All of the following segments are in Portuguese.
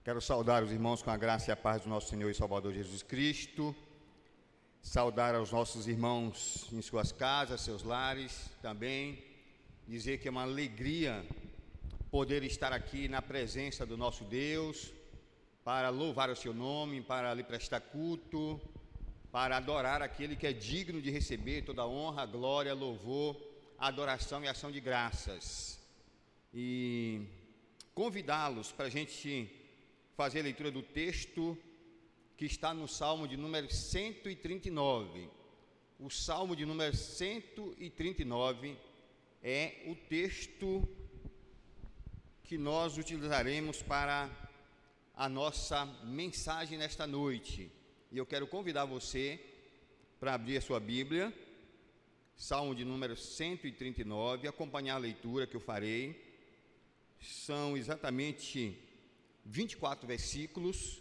Quero saudar os irmãos com a graça e a paz do nosso Senhor e Salvador Jesus Cristo. Saudar aos nossos irmãos em suas casas, seus lares também. Dizer que é uma alegria poder estar aqui na presença do nosso Deus, para louvar o seu nome, para lhe prestar culto, para adorar aquele que é digno de receber toda a honra, glória, louvor, adoração e ação de graças. E convidá-los para a gente fazer a leitura do texto que está no Salmo de número 139. O Salmo de número 139 é o texto que nós utilizaremos para a nossa mensagem nesta noite. E eu quero convidar você para abrir a sua Bíblia, Salmo de número 139, acompanhar a leitura que eu farei. São exatamente 24 versículos.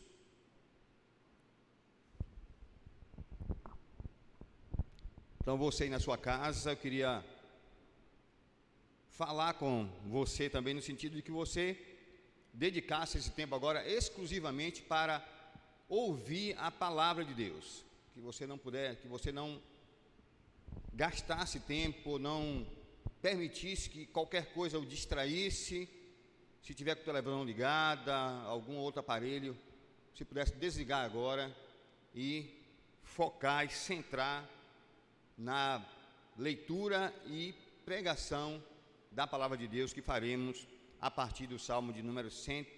Então você aí na sua casa, eu queria falar com você também no sentido de que você dedicasse esse tempo agora exclusivamente para ouvir a palavra de Deus. Que você não gastasse tempo, não permitisse que qualquer coisa o distraísse. Se tiver com a televisão ligada, algum outro aparelho, se pudesse desligar agora e focar e centrar na leitura e pregação da palavra de Deus que faremos a partir do Salmo de número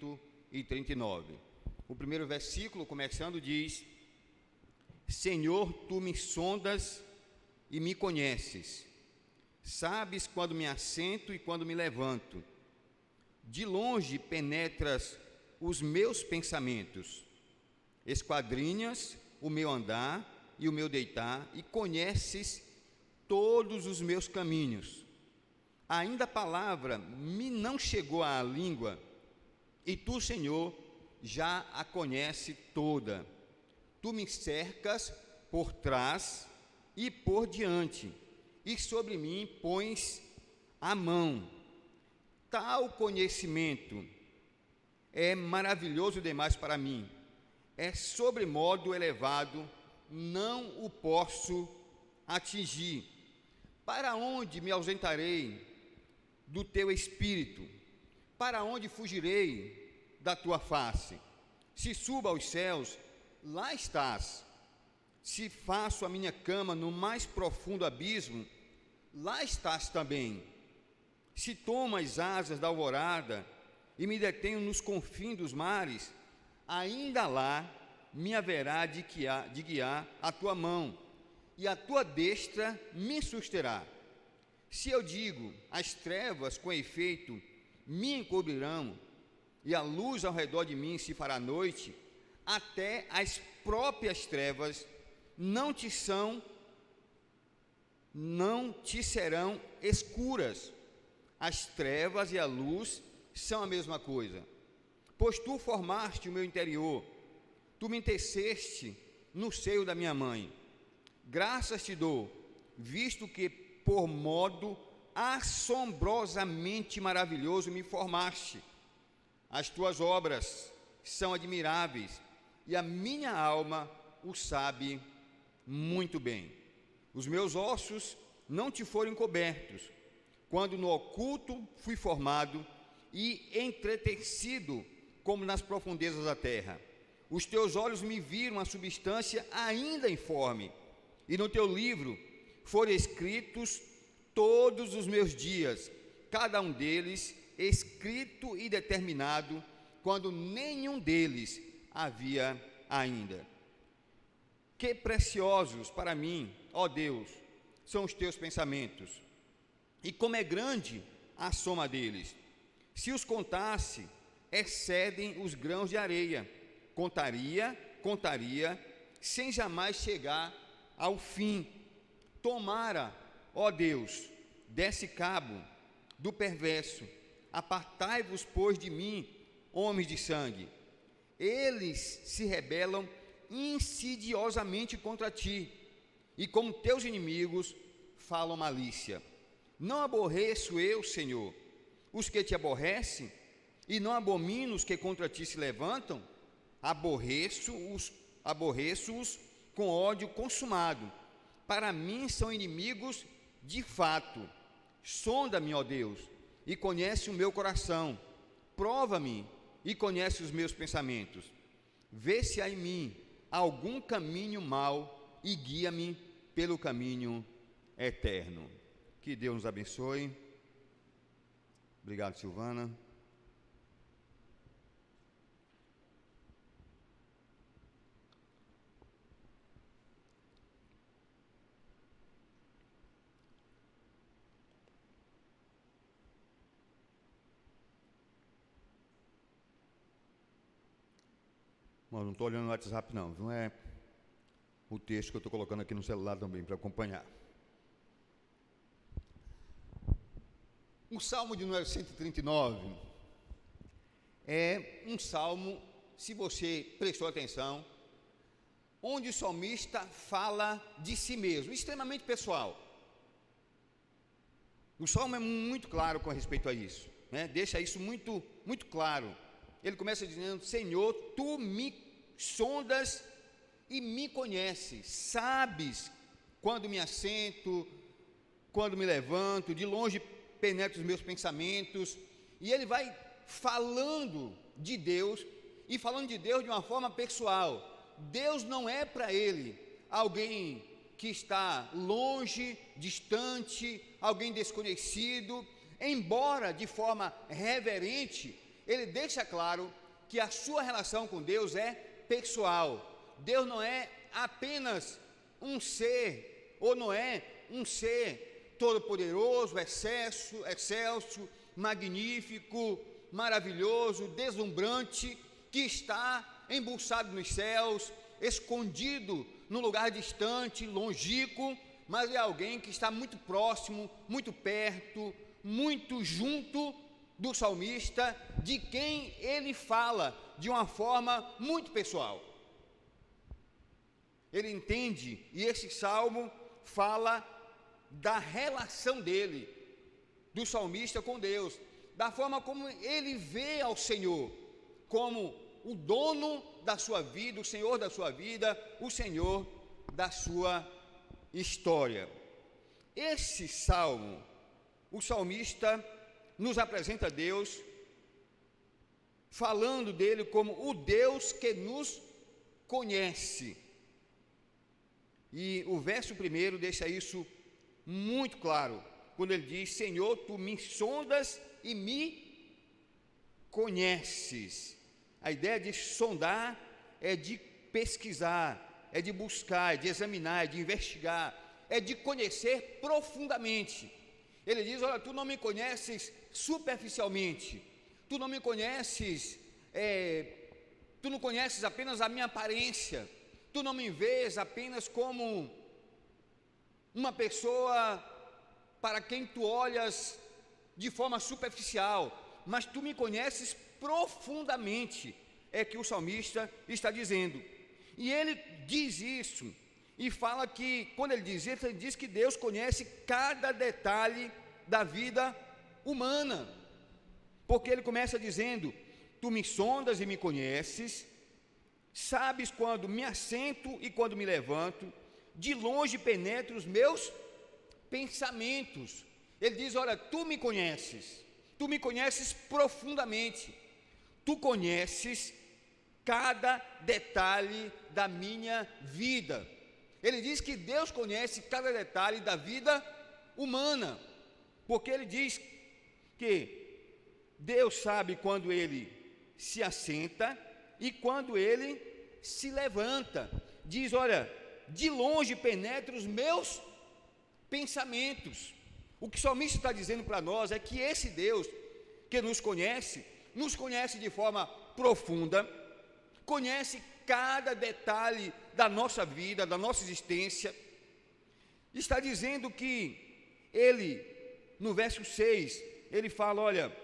139. O primeiro versículo, começando, diz: Senhor, tu me sondas e me conheces, sabes quando me assento e quando me levanto. De longe penetras os meus pensamentos, esquadrinhas o meu andar e o meu deitar, e conheces todos os meus caminhos. Ainda a palavra me não chegou à língua, e tu, Senhor, já a conhece toda. Tu me cercas por trás e por diante, e sobre mim pões a mão. Tal conhecimento é maravilhoso demais para mim, é sobremodo elevado, não o posso atingir. Para onde me ausentarei do teu espírito? Para onde fugirei da tua face? Se subo aos céus, lá estás. Se faço a minha cama no mais profundo abismo, lá estás também. Se tomo as asas da alvorada e me detenho nos confins dos mares, ainda lá me haverá de guiar a tua mão, e a tua destra me susterá. Se eu digo, as trevas com efeito me encobrirão, e a luz ao redor de mim se fará noite, até as próprias trevas não te serão escuras. As trevas e a luz são a mesma coisa. Pois tu formaste o meu interior, tu me teceste no seio da minha mãe. Graças te dou, visto que por modo assombrosamente maravilhoso me formaste. As tuas obras são admiráveis, e a minha alma o sabe muito bem. Os meus ossos não te foram encobertos, quando no oculto fui formado e entretecido como nas profundezas da terra. Os teus olhos me viram a substância ainda informe, e no teu livro foram escritos todos os meus dias, cada um deles escrito e determinado, quando nenhum deles havia ainda. Que preciosos para mim, ó Deus, são os teus pensamentos, e como é grande a soma deles. Se os contasse, excedem os grãos de areia. Contaria, sem jamais chegar ao fim. Tomara, ó Deus, desse cabo do perverso. Apartai-vos, pois, de mim, homens de sangue. Eles se rebelam insidiosamente contra ti, e como teus inimigos falam malícia. Não aborreço eu, Senhor, os que te aborrecem? e não abomino os que contra ti se levantam, aborreço-os com ódio consumado. Para mim são inimigos de fato. Sonda-me, ó Deus, e conhece o meu coração. Prova-me e conhece os meus pensamentos. Vê se há em mim algum caminho mau e guia-me pelo caminho eterno. Que Deus nos abençoe. Obrigado, Silvana. Não estou olhando no WhatsApp não é o texto que eu estou colocando aqui no celular também para acompanhar. O Salmo de número 139 é um salmo, se você prestou atenção, onde o salmista fala de si mesmo, extremamente pessoal. O salmo é muito claro com respeito a isso, né? Deixa isso muito, muito claro. Ele começa dizendo: Senhor, tu me sondas e me conheces, sabes quando me assento, quando me levanto, de longe penetra os meus pensamentos. E ele vai falando de Deus, e falando de Deus de uma forma pessoal. Deus não é para ele alguém que está longe, distante, alguém desconhecido, embora de forma reverente, ele deixa claro que a sua relação com Deus é pessoal. Deus não é apenas um ser, ou não é um ser todo-poderoso, excelso, magnífico, maravilhoso, deslumbrante, que está embuçado nos céus, escondido num lugar distante, longínquo, mas é alguém que está muito próximo, muito perto, muito junto do salmista, de quem ele fala de uma forma muito pessoal. Ele entende, e esse salmo fala da relação dele, do salmista com Deus, da forma como ele vê ao Senhor, como o dono da sua vida, o Senhor da sua vida, o Senhor da sua história. Esse salmo, o salmista nos apresenta Deus, falando dele como o Deus que nos conhece. E o verso 1 deixa isso muito claro, quando ele diz: Senhor, tu me sondas e me conheces. A ideia de sondar é de pesquisar, é de buscar, é de examinar, é de investigar, é de conhecer profundamente. Ele diz: olha, tu não me conheces superficialmente, tu não me conheces, tu não conheces apenas a minha aparência, tu não me vês apenas como uma pessoa para quem tu olhas de forma superficial, mas tu me conheces profundamente, é que o salmista está dizendo. E ele diz isso, e fala que, quando ele diz isso, ele diz que Deus conhece cada detalhe da vida humana, porque ele começa dizendo: tu me sondas e me conheces, sabes quando me assento e quando me levanto, de longe penetro os meus pensamentos. Ele diz: olha, tu me conheces profundamente, tu conheces cada detalhe da minha vida. Ele diz que Deus conhece cada detalhe da vida humana, porque ele diz que Deus sabe quando ele se assenta e quando ele se levanta. Diz: olha, de longe penetra os meus pensamentos. O que o salmista está dizendo para nós é que esse Deus que nos conhece de forma profunda, conhece cada detalhe da nossa vida, da nossa existência. Está dizendo que ele, no verso 6, ele fala: olha,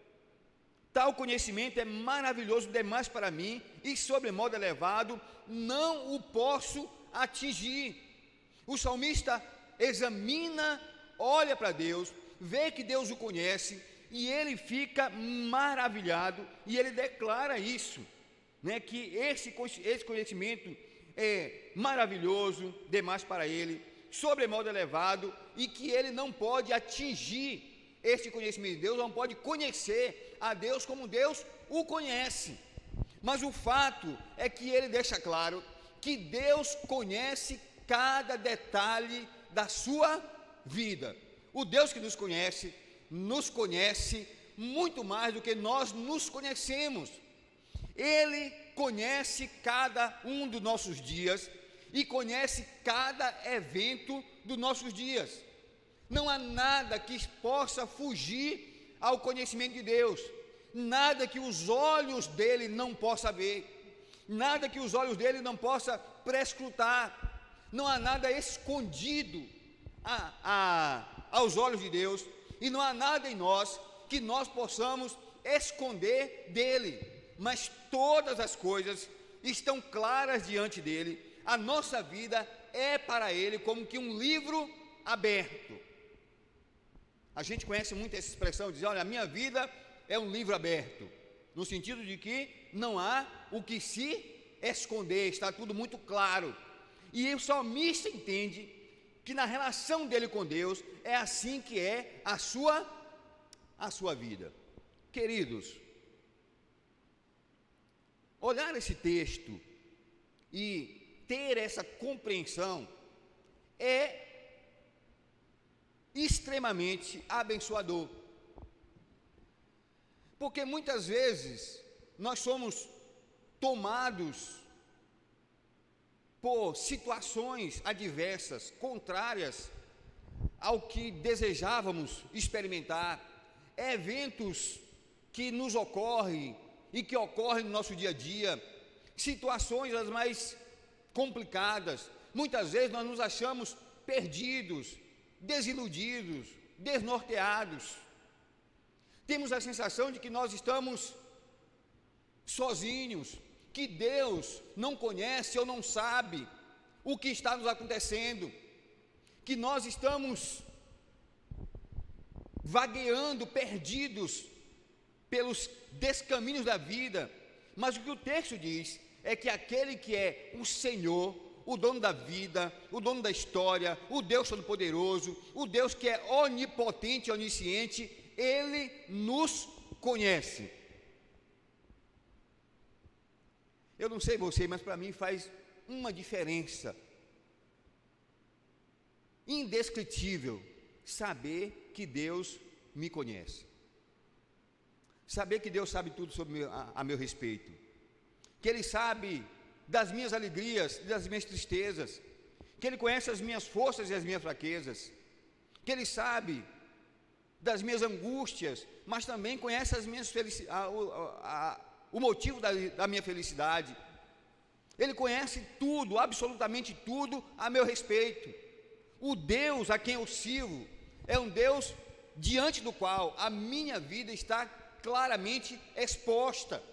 tal conhecimento é maravilhoso demais para mim, e sobremodo elevado, não o posso atingir. O salmista examina, olha para Deus, vê que Deus o conhece, e ele fica maravilhado, e ele declara isso, né, que esse conhecimento é maravilhoso demais para ele, sobremodo elevado, e que ele não pode atingir esse conhecimento de Deus, não pode conhecer a Deus como Deus o conhece. Mas o fato é que ele deixa claro que Deus conhece cada detalhe da sua vida. O Deus que nos conhece muito mais do que nós nos conhecemos. Ele conhece cada um dos nossos dias e conhece cada evento dos nossos dias. Não há nada que possa fugir ao conhecimento de Deus, nada que os olhos dele não possa ver, nada que os olhos dele não possa prescrutar. Não há nada escondido aos olhos de Deus, e não há nada em nós que nós possamos esconder dele, mas todas as coisas estão claras diante dele. A nossa vida é para ele como que um livro aberto. A gente conhece muito essa expressão, dizer, olha, a minha vida é um livro aberto, no sentido de que não há o que se esconder, está tudo muito claro. E o salmista entende que na relação dele com Deus é assim que é a sua vida. Queridos, olhar esse texto e ter essa compreensão é extremamente abençoador, porque muitas vezes nós somos tomados por situações adversas, contrárias ao que desejávamos experimentar, eventos que nos ocorrem e que ocorrem no nosso dia a dia, situações as mais complicadas. Muitas vezes nós nos achamos perdidos, desiludidos, desnorteados. Temos a sensação de que nós estamos sozinhos, que Deus não conhece ou não sabe o que está nos acontecendo, que nós estamos vagueando, perdidos pelos descaminhos da vida. Mas o que o texto diz é que aquele que é o Senhor, o dono da vida, o dono da história, o Deus Todo-Poderoso, o Deus que é onipotente e onisciente, Ele nos conhece. Eu não sei você, mas para mim faz uma diferença indescritível saber que Deus me conhece. Saber que Deus sabe tudo sobre a meu respeito. Que Ele sabe das minhas alegrias e das minhas tristezas. Que Ele conhece as minhas forças e as minhas fraquezas. Que Ele sabe das minhas angústias, mas também conhece as minhas o motivo da minha felicidade. Ele conhece tudo, absolutamente tudo a meu respeito. O Deus a quem eu sirvo é um Deus diante do qual a minha vida está claramente exposta.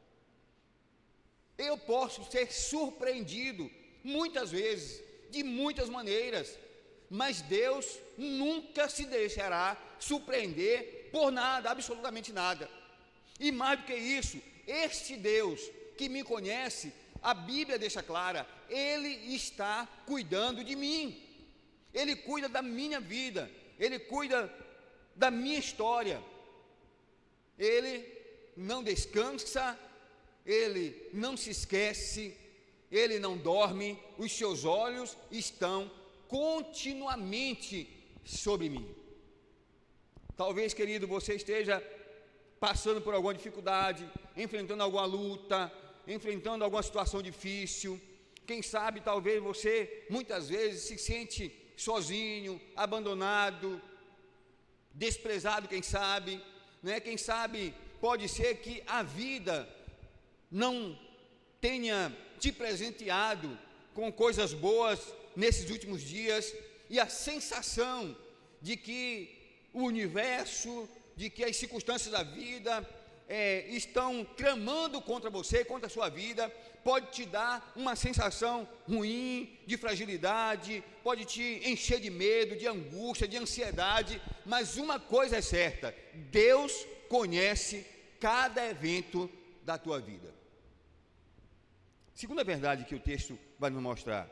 Eu posso ser surpreendido muitas vezes, de muitas maneiras, mas Deus nunca se deixará surpreender por nada, absolutamente nada. E mais do que isso, este Deus que me conhece, a Bíblia deixa clara, Ele está cuidando de mim, Ele cuida da minha vida, Ele cuida da minha história, Ele não descansa, Ele não se esquece, Ele não dorme, os seus olhos estão continuamente sobre mim. Talvez, querido, você esteja passando por alguma dificuldade, enfrentando alguma luta, enfrentando alguma situação difícil. Quem sabe, talvez você muitas vezes se sente sozinho, abandonado, desprezado, quem sabe, né? Quem sabe pode ser que a vida não tenha te presenteado com coisas boas nesses últimos dias, e a sensação de que o universo, de que as circunstâncias da vida estão tramando contra você, contra a sua vida, pode te dar uma sensação ruim, de fragilidade, pode te encher de medo, de angústia, de ansiedade, mas uma coisa é certa: Deus conhece cada evento da tua vida. Segunda verdade que o texto vai nos mostrar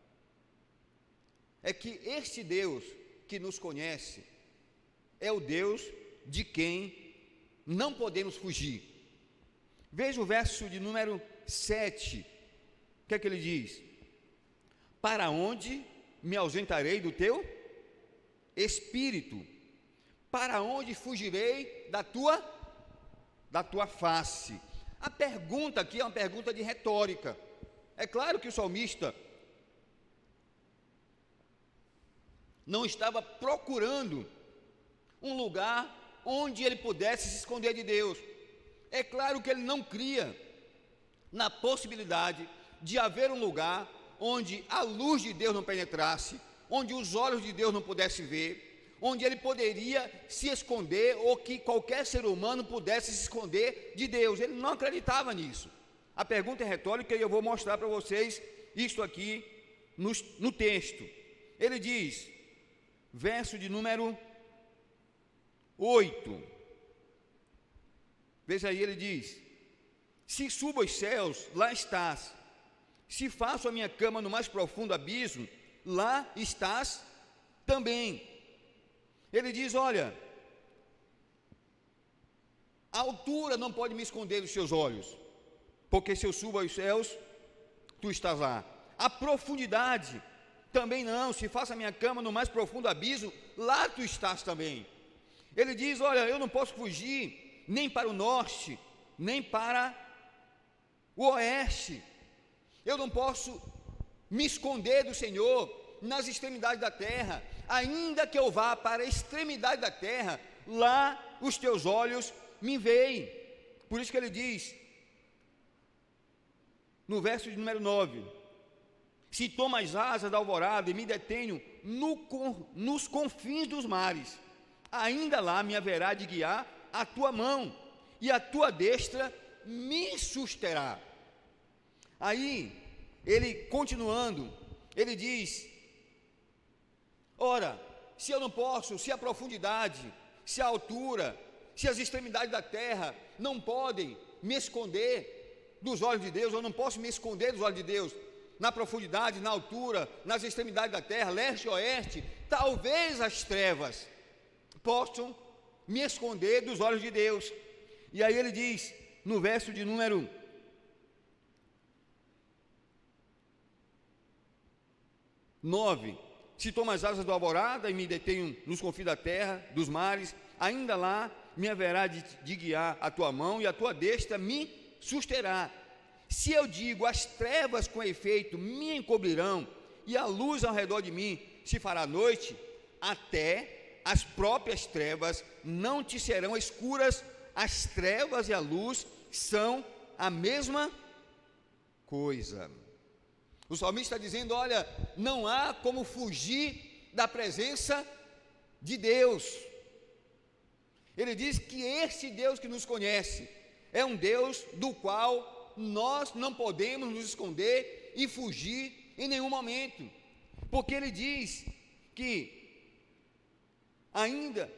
é que este Deus que nos conhece é o Deus de quem não podemos fugir. Veja o verso de número 7. O que é que ele diz? Para onde me ausentarei do teu espírito? Para onde fugirei da tua face? A pergunta aqui é uma pergunta de retórica. É claro que o salmista não estava procurando um lugar onde ele pudesse se esconder de Deus. É claro que ele não cria na possibilidade de haver um lugar onde a luz de Deus não penetrasse, onde os olhos de Deus não pudessem ver, onde ele poderia se esconder, ou que qualquer ser humano pudesse se esconder de Deus. Ele não acreditava nisso. A pergunta é retórica e eu vou mostrar para vocês isso aqui no texto. Ele diz, verso de número 8, veja aí, ele diz: se subo aos céus, lá estás; se faço a minha cama no mais profundo abismo, lá estás também. Ele diz: olha, a altura não pode me esconder dos seus olhos, porque se eu subo aos céus, tu estás lá. A profundidade também não; se faço a minha cama no mais profundo abismo, lá tu estás também. Ele diz: olha, eu não posso fugir nem para o norte, nem para o oeste. Eu não posso me esconder do Senhor nas extremidades da terra. Ainda que eu vá para a extremidade da terra, lá os teus olhos me veem. Por isso que ele diz, no verso de número 9: se tomo as asas da alvorada e me detenho nos confins dos mares, ainda lá me haverá de guiar a tua mão, e a tua destra me susterá. Aí, ele continuando, ele diz: ora, se eu não posso, se a profundidade, se a altura, se as extremidades da terra não podem me esconder dos olhos de Deus, eu não posso me esconder dos olhos de Deus, na profundidade, na altura, nas extremidades da terra, leste e oeste, talvez as trevas possam me esconder dos olhos de Deus. E aí ele diz, no verso de número 9: se tomo as asas da alvorada e me detenho nos confins da terra, dos mares, ainda lá me haverá de guiar a tua mão, e a tua destra me susterá. Se eu digo, as trevas com efeito me encobrirão, e a luz ao redor de mim se fará noite, até as próprias trevas não te serão escuras. As trevas e a luz são a mesma coisa. O salmista está dizendo: olha, não há como fugir da presença de Deus. Ele diz que esse Deus que nos conhece é um Deus do qual nós não podemos nos esconder e fugir em nenhum momento, porque ele diz que ainda,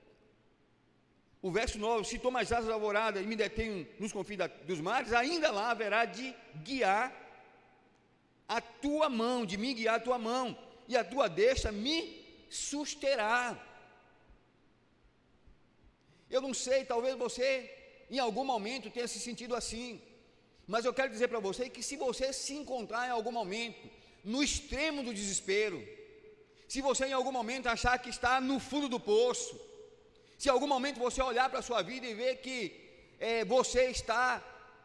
o verso 9: se tomo as asas da alvorada e me detenho nos confins dos mares, ainda lá haverá de guiar a tua mão, de me guiar a tua mão, e a tua destra me susterá. Eu não sei, talvez você em algum momento tenha se sentido assim, mas eu quero dizer para você que se você se encontrar em algum momento no extremo do desespero, se você em algum momento achar que está no fundo do poço, se em algum momento você olhar para a sua vida e ver que você está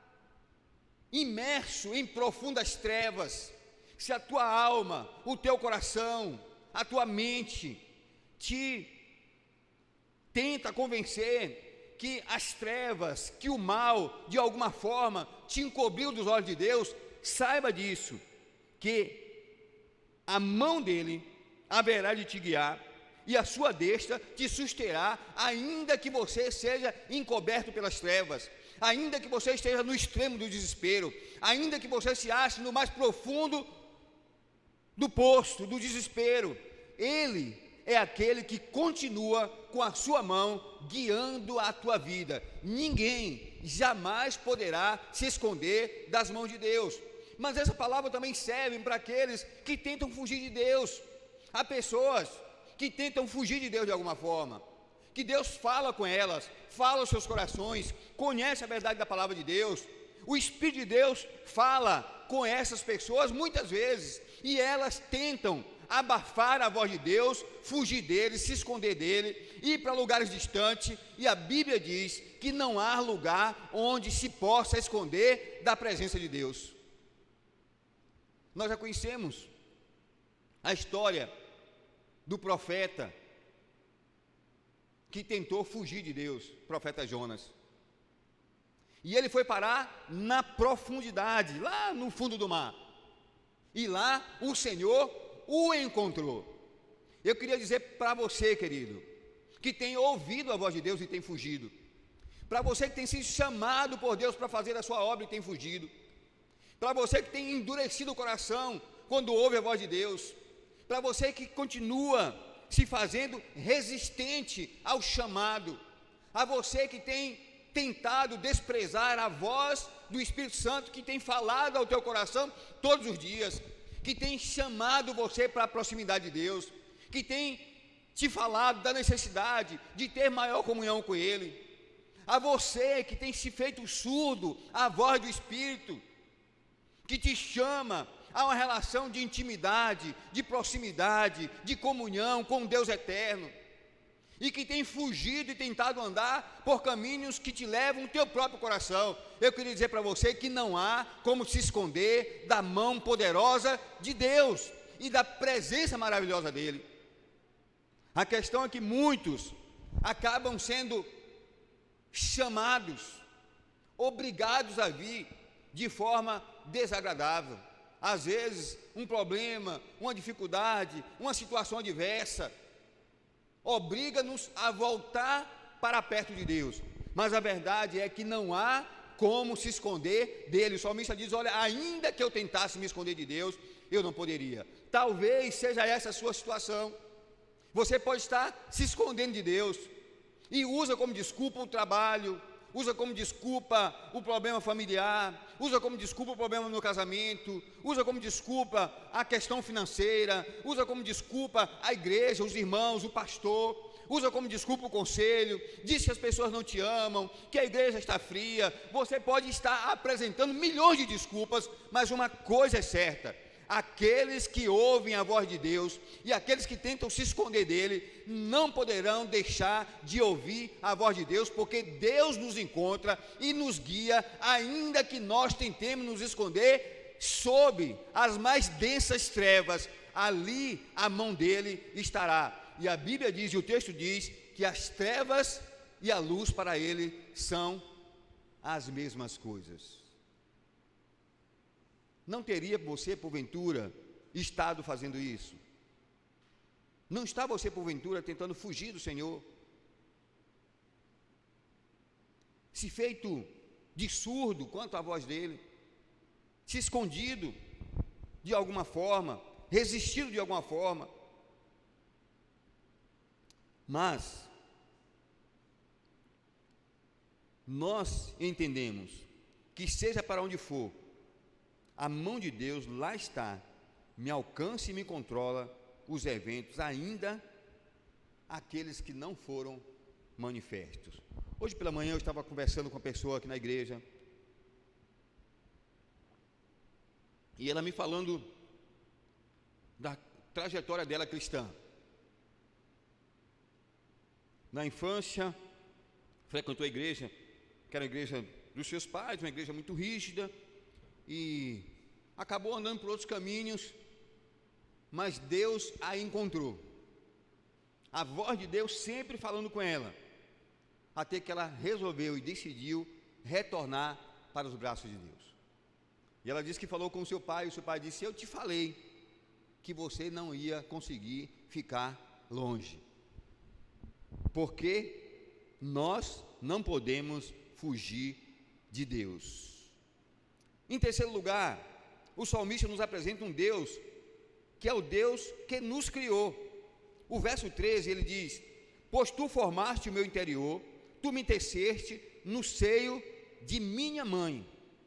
imerso em profundas trevas, se a tua alma, o teu coração, a tua mente te tenta convencer que as trevas, que o mal, de alguma forma, te encobriu dos olhos de Deus, saiba disso, que a mão dele haverá de te guiar, e a sua destra te susterá, ainda que você seja encoberto pelas trevas, ainda que você esteja no extremo do desespero, ainda que você se ache no mais profundo do poço, do desespero, Ele é aquele que continua com a sua mão guiando a tua vida. Ninguém jamais poderá se esconder das mãos de Deus. Mas essa palavra também serve para aqueles que tentam fugir de Deus. Há pessoas que tentam fugir de Deus de alguma forma, que Deus fala com elas, fala aos seus corações, conhece a verdade da palavra de Deus. O Espírito de Deus fala com essas pessoas muitas vezes, e elas tentam abafar a voz de Deus, fugir dele, se esconder dele, ir para lugares distantes, e a Bíblia diz que não há lugar onde se possa esconder da presença de Deus. Nós já conhecemos a história do profeta que tentou fugir de Deus, profeta Jonas, e ele foi parar na profundidade, lá no fundo do mar, e lá o Senhor o encontrou. Eu queria dizer para você, querido, que tem ouvido a voz de Deus e tem fugido, para você que tem sido chamado por Deus para fazer a sua obra e tem fugido, para você que tem endurecido o coração quando ouve a voz de Deus, para você que continua se fazendo resistente ao chamado, a você que tem tentado desprezar a voz do Espírito Santo que tem falado ao teu coração todos os dias, que tem chamado você para a proximidade de Deus, que tem te falado da necessidade de ter maior comunhão com Ele, a você que tem se feito surdo à voz do Espírito, que te chama a uma relação de intimidade, de proximidade, de comunhão com Deus eterno, e que tem fugido e tentado andar por caminhos que te levam ao teu próprio coração. Eu queria dizer para você que não há como se esconder da mão poderosa de Deus e da presença maravilhosa dEle. A questão é que muitos acabam sendo chamados, obrigados a vir de forma desagradável. Às vezes, um problema, uma dificuldade, uma situação adversa, obriga-nos a voltar para perto de Deus, mas a verdade é que não há como se esconder dele. O salmista diz: olha, ainda que eu tentasse me esconder de Deus, eu não poderia. Talvez seja essa a sua situação. Você pode estar se escondendo de Deus e usa como desculpa o trabalho, usa como desculpa o problema familiar, usa como desculpa o problema no casamento, usa como desculpa a questão financeira, usa como desculpa a igreja, os irmãos, o pastor, usa como desculpa o conselho, diz que as pessoas não te amam, que a igreja está fria. Você pode estar apresentando milhões de desculpas, mas uma coisa é certa: aqueles que ouvem a voz de Deus e aqueles que tentam se esconder dele não poderão deixar de ouvir a voz de Deus, porque Deus nos encontra e nos guia, ainda que nós tentemos nos esconder sob as mais densas trevas. Ali a mão dele estará. E a Bíblia diz, e o texto diz, que as trevas e a luz para ele são as mesmas coisas. Não teria você, porventura, estado fazendo isso? Não está você, porventura, tentando fugir do Senhor? Se feito de surdo quanto à voz dele, se escondido de alguma forma, resistido de alguma forma. Mas nós entendemos que seja para onde for, a mão de Deus lá está, me alcança e me controla os eventos, ainda aqueles que não foram manifestos. Hoje pela manhã eu estava conversando com uma pessoa aqui na igreja, e ela me falando da trajetória dela cristã. Na infância, frequentou a igreja, que era a igreja dos seus pais, uma igreja muito rígida, e acabou andando por outros caminhos, mas Deus a encontrou. A voz de Deus sempre falando com ela, até que ela resolveu e decidiu retornar para os braços de Deus. E ela disse que falou com o seu pai, e o seu pai disse: eu te falei que você não ia conseguir ficar longe. porque nós não podemos fugir de Deus. Em terceiro lugar, o salmista nos apresenta um Deus que é o Deus que nos criou. O verso 13 ele diz: pois tu formaste o meu interior, tu me teceste no seio de minha mãe.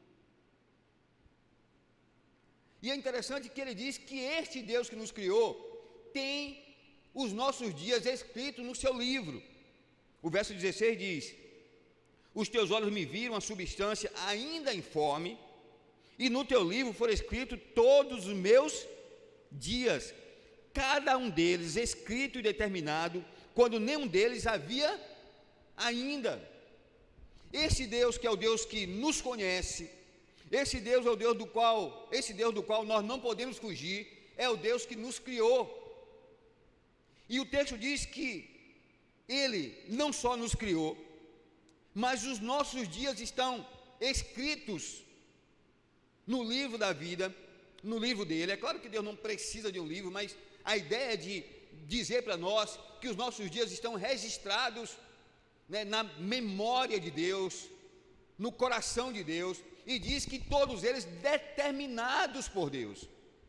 E é interessante que ele diz que este Deus que nos criou tem os nossos dias escritos no seu livro. O verso 16 diz: os teus olhos me viram a substância ainda informe, e no teu livro foram escritos todos os meus dias, cada um deles escrito e determinado, quando nenhum deles havia ainda. Esse Deus que é o Deus que nos conhece, esse Deus é o Deus do qual, nós não podemos fugir, é o Deus que nos criou. E o texto diz que Ele não só nos criou, mas os nossos dias estão escritos no livro da vida, no livro dele. É claro que Deus não precisa de um livro, mas a ideia é de dizer para nós que os nossos dias estão registrados, né, na memória de Deus, no coração de Deus, e diz que todos eles determinados por Deus.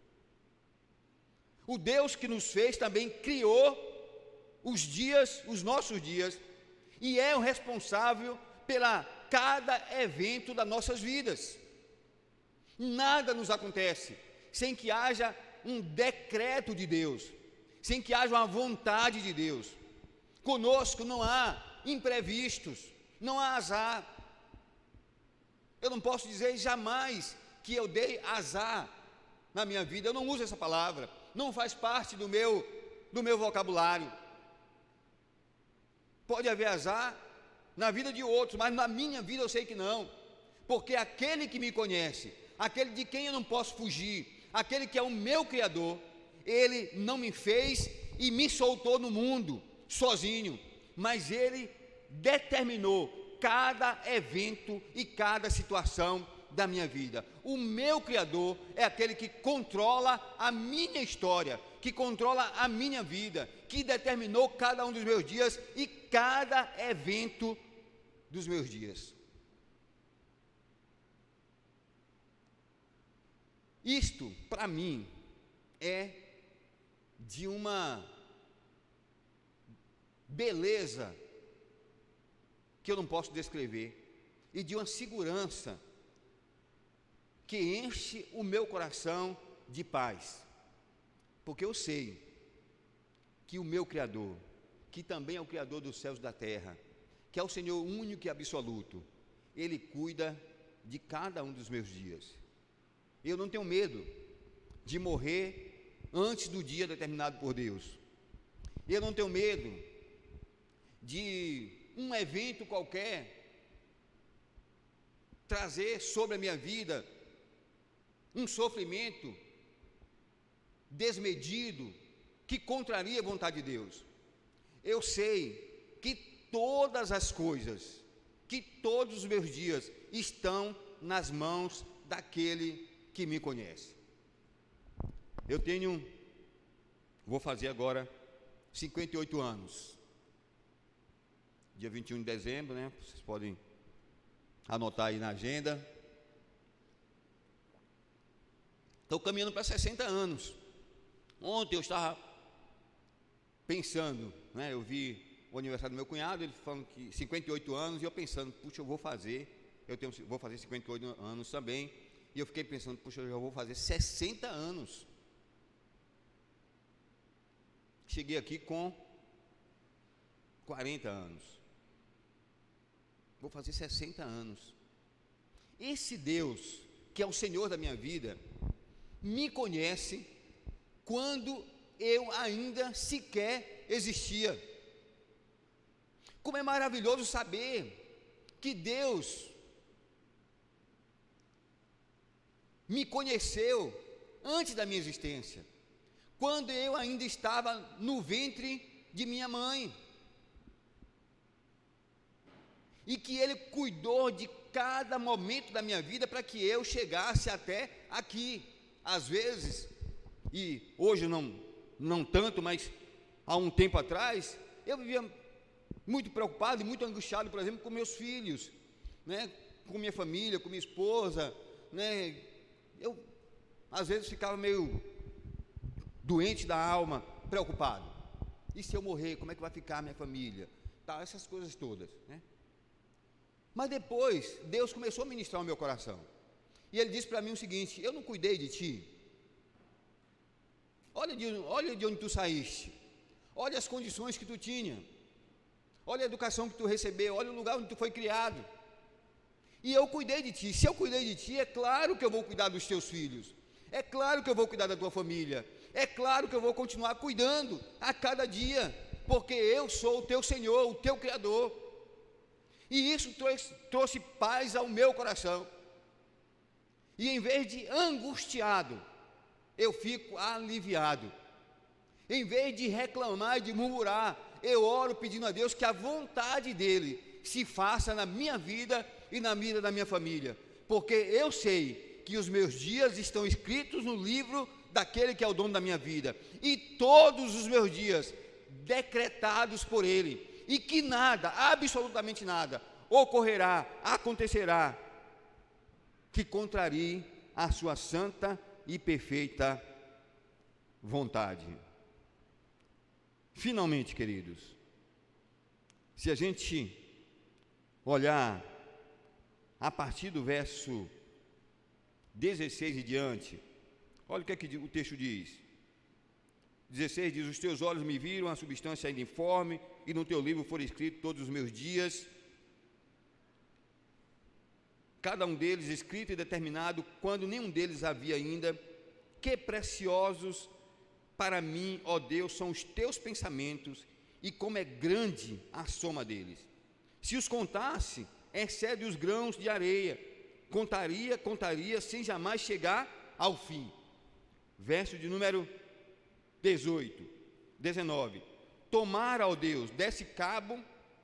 O Deus que nos fez também criou os dias, os nossos dias, e é o responsável pela cada evento das nossas vidas. Nada nos acontece sem que haja um decreto de Deus, sem que haja uma vontade de Deus. Conosco não há imprevistos, não há azar. Eu não posso dizer jamais que eu dei azar na minha vida, eu não uso essa palavra, não faz parte do meu vocabulário. Pode haver azar na vida de outros, mas na minha vida eu sei que não, porque aquele que me conhece, aquele de quem eu não posso fugir, aquele que é o meu Criador, Ele não me fez e me soltou no mundo sozinho, mas Ele determinou cada evento e cada situação da minha vida. O meu Criador é aquele que controla a minha história, que controla a minha vida, que determinou cada um dos meus dias e cada evento dos meus dias. Isto, para mim, é de uma beleza que eu não posso descrever, e de uma segurança que enche o meu coração de paz, porque eu sei que o meu Criador, que também é o Criador dos céus e da terra, que é o Senhor único e absoluto, Ele cuida de cada um dos meus dias. Eu não tenho medo de morrer antes do dia determinado por Deus. Eu não tenho medo de um evento qualquer trazer sobre a minha vida um sofrimento desmedido que contraria a vontade de Deus. Eu sei que todas as coisas, que todos os meus dias estão nas mãos daquele que me conhece. Vou fazer agora 58 anos, dia 21 de dezembro, né? Vocês podem anotar aí na agenda. Estou caminhando para 60 anos. Ontem eu estava pensando, né? Eu vi o aniversário do meu cunhado, ele falando que 58 anos, e eu pensando, puxa, vou fazer 58 anos também. E eu fiquei pensando, puxa, eu já vou fazer 60 anos. Cheguei aqui com 40 anos. Vou fazer 60 anos. Esse Deus, que é o Senhor da minha vida, me conhece quando eu ainda sequer existia. Como é maravilhoso saber que Deus me conheceu antes da minha existência, quando eu ainda estava no ventre de minha mãe, e que Ele cuidou de cada momento da minha vida para que eu chegasse até aqui. Às vezes, e hoje não tanto, mas há um tempo atrás, eu vivia muito preocupado e muito angustiado, por exemplo, com meus filhos, né? Com minha família, com minha esposa, né? Eu, às vezes, ficava meio doente da alma, preocupado. E se eu morrer, como é que vai ficar a minha família? Tá, essas coisas todas, né? Mas depois, Deus começou a ministrar o meu coração. E Ele disse para mim o seguinte: eu não cuidei de ti? Olha de onde tu saíste. Olha as condições que tu tinha. Olha a educação que tu recebeu. Olha o lugar onde tu foi criado. E eu cuidei de ti. Se eu cuidei de ti, é claro que eu vou cuidar dos teus filhos. É claro que eu vou cuidar da tua família. É claro que eu vou continuar cuidando a cada dia, porque eu sou o teu Senhor, o teu Criador. E isso trouxe paz ao meu coração. E em vez de angustiado, eu fico aliviado. Em vez de reclamar e de murmurar, eu oro pedindo a Deus que a vontade dEle se faça na minha vida e na vida da minha família, porque eu sei que os meus dias estão escritos no livro daquele que é o dono da minha vida, e todos os meus dias decretados por Ele, e que nada, absolutamente nada, ocorrerá, acontecerá, que contrarie a sua santa e perfeita vontade. Finalmente, queridos, se a gente olhar a partir do verso 16 e diante, olha o que é que o texto diz. 16 diz: os teus olhos me viram a substância ainda informe, e no teu livro foram escritos todos os meus dias, cada um deles escrito e determinado, quando nenhum deles havia ainda. Que preciosos para mim, ó Deus, são os teus pensamentos, e como é grande a soma deles. Se os contasse, excede os grãos de areia. Contaria, sem jamais chegar ao fim. Verso de número 19. Tomara, ó Deus, desse cabo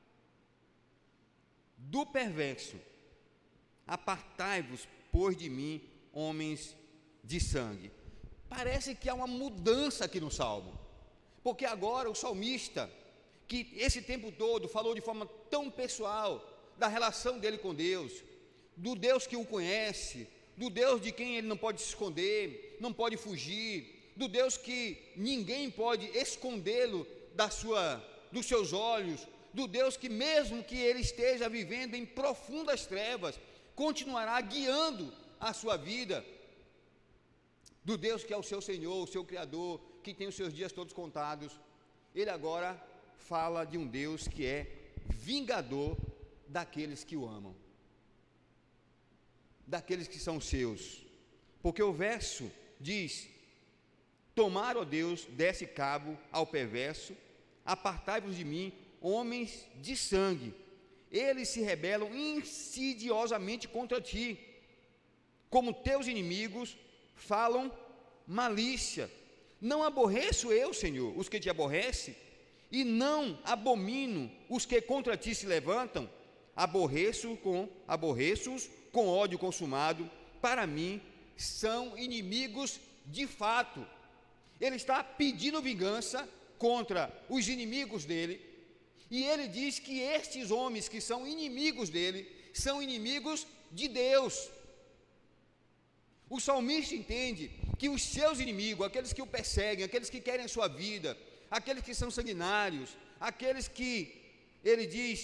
do perverso. Apartai-vos, pois, de mim, homens de sangue. Parece que há uma mudança aqui no Salmo, porque agora o salmista, que esse tempo todo falou de forma tão pessoal da relação dele com Deus, do Deus que o conhece, do Deus de quem ele não pode se esconder, não pode fugir, do Deus que ninguém pode escondê-lo dos seus olhos, do Deus que, mesmo que ele esteja vivendo em profundas trevas, continuará guiando a sua vida, do Deus que é o seu Senhor, o seu Criador, que tem os seus dias todos contados. Ele agora fala de um Deus que é vingador daqueles que o amam, daqueles que são seus, porque o verso diz: tomar, ó Deus, desse cabo ao perverso, apartai-vos de mim, homens de sangue, eles se rebelam insidiosamente contra ti, como teus inimigos falam malícia. Não aborreço eu, Senhor, os que te aborrecem, e não abomino os que contra ti se levantam. Aborreço-os com ódio consumado. Para mim são inimigos de fato. Ele está pedindo vingança contra os inimigos dele, e ele diz que estes homens que são inimigos dele são inimigos de Deus. O salmista entende que os seus inimigos, aqueles que o perseguem, aqueles que querem a sua vida, aqueles que são sanguinários, aqueles que, ele diz,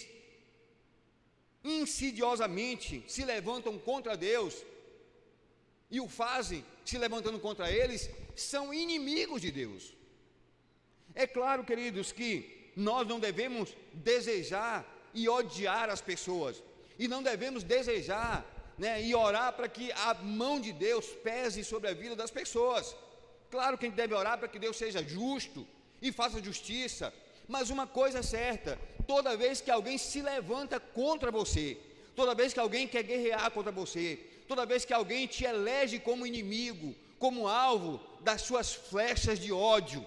insidiosamente se levantam contra Deus e o fazem se levantando contra eles, são inimigos de Deus. É claro, queridos, que nós não devemos desejar e odiar as pessoas, e não devemos desejar, e orar para que a mão de Deus pese sobre a vida das pessoas. Claro que a gente deve orar para que Deus seja justo e faça justiça, mas uma coisa é certa: toda vez que alguém se levanta contra você, toda vez que alguém quer guerrear contra você, toda vez que alguém te elege como inimigo, como alvo das suas flechas de ódio,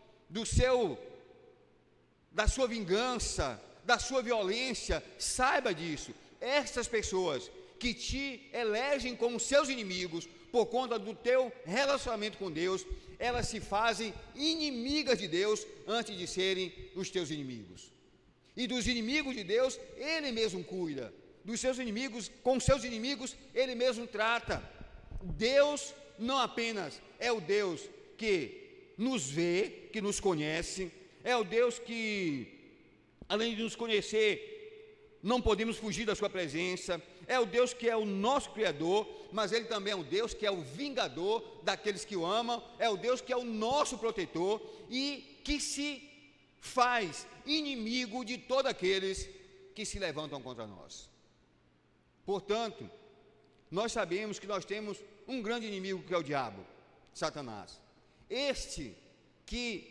da sua vingança, da sua violência, saiba disso. Essas pessoas que te elegem como seus inimigos por conta do teu relacionamento com Deus, elas se fazem inimigas de Deus antes de serem os teus inimigos. E dos inimigos de Deus, Ele mesmo cuida. Dos seus inimigos, com seus inimigos, Ele mesmo trata. Deus não apenas é o Deus que nos vê, que nos conhece, é o Deus que, além de nos conhecer, não podemos fugir da sua presença, é o Deus que é o nosso Criador, mas Ele também é o Deus que é o vingador daqueles que o amam, é o Deus que é o nosso protetor e que se faz inimigo de todos aqueles que se levantam contra nós. Portanto, nós sabemos que nós temos um grande inimigo que é o diabo, Satanás. Este que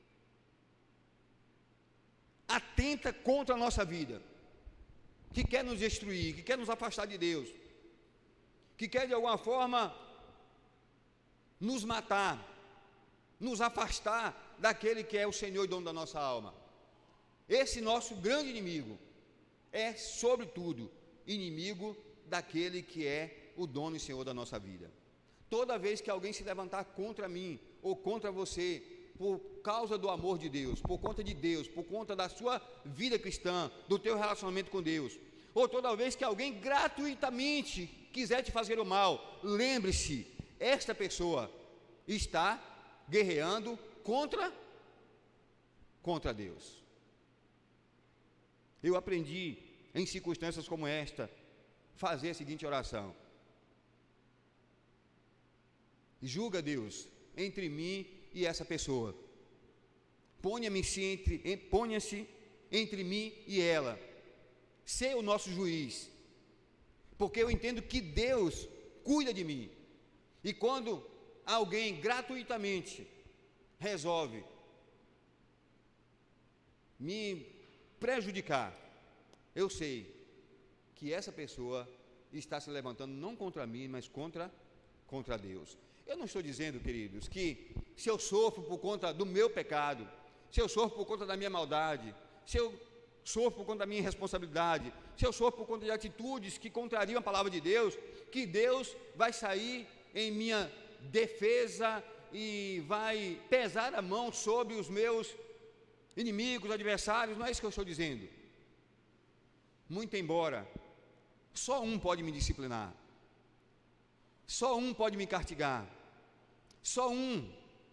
atenta contra a nossa vida, que quer nos destruir, que quer nos afastar de Deus, que quer de alguma forma nos matar, nos afastar daquele que é o Senhor e dono da nossa alma. Esse nosso grande inimigo é, sobretudo, inimigo daquele que é o dono e Senhor da nossa vida. Toda vez que alguém se levantar contra mim ou contra você, por causa do amor de Deus, por conta de Deus, por conta da sua vida cristã, do teu relacionamento com Deus, ou toda vez que alguém gratuitamente quiser te fazer o mal, lembre-se, esta pessoa está guerreando contra Deus. Eu aprendi em circunstâncias como esta, fazer a seguinte oração: julga, Deus, entre mim e essa pessoa, ponha-se entre mim e ela, ser o nosso juiz, porque eu entendo que Deus cuida de mim, e quando alguém gratuitamente resolve me prejudicar, eu sei que essa pessoa está se levantando não contra mim, mas contra Deus. Eu não estou dizendo, queridos, que se eu sofro por conta do meu pecado, se eu sofro por conta da minha maldade, se eu sofro por conta da minha irresponsabilidade, se eu sofro por conta de atitudes que contrariam a palavra de Deus, que Deus vai sair em minha defesa e vai pesar a mão sobre os meus inimigos, adversários. Não é isso que eu estou dizendo. Muito embora só um pode me disciplinar, só um pode me castigar, só um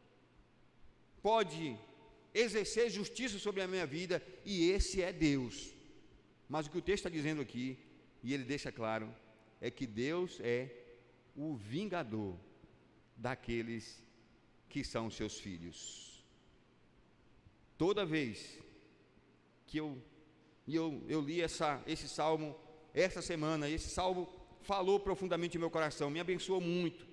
pode exercer justiça sobre a minha vida, e esse é Deus. Mas o que o texto está dizendo aqui, e ele deixa claro, é que Deus é o vingador daqueles que são seus filhos. Toda vez que eu li esse salmo esta semana, esse salmo falou profundamente no meu coração, me abençoou muito,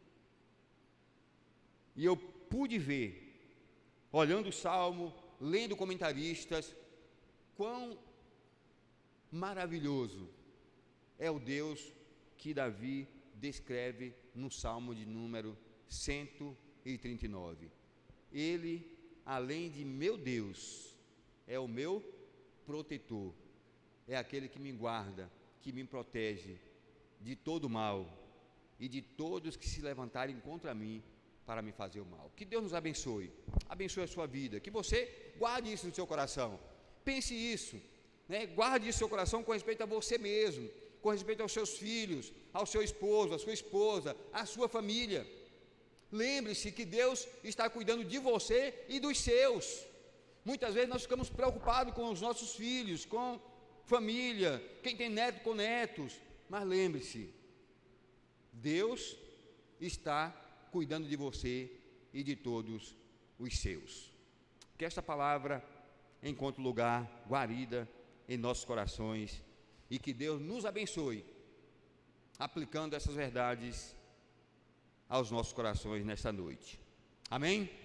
e eu pude ver, olhando o salmo, lendo comentaristas, quão maravilhoso é o Deus que Davi descreve no salmo de número 139. Ele, além de meu Deus, é o meu protetor, é aquele que me guarda, que me protege de todo mal e de todos que se levantarem contra mim para me fazer o mal. Que Deus nos abençoe a sua vida, que você guarde isso no seu coração, pense isso, né? Guarde isso no seu coração com respeito a você mesmo, com respeito aos seus filhos, ao seu esposo, à sua esposa, à sua família. Lembre-se que Deus está cuidando de você e dos seus. Muitas vezes nós ficamos preocupados com os nossos filhos, com família, quem tem neto com netos, mas lembre-se, Deus está cuidando de você e de todos os seus. Que esta palavra encontre lugar, guarida em nossos corações, e que Deus nos abençoe aplicando essas verdades aos nossos corações nesta noite. Amém?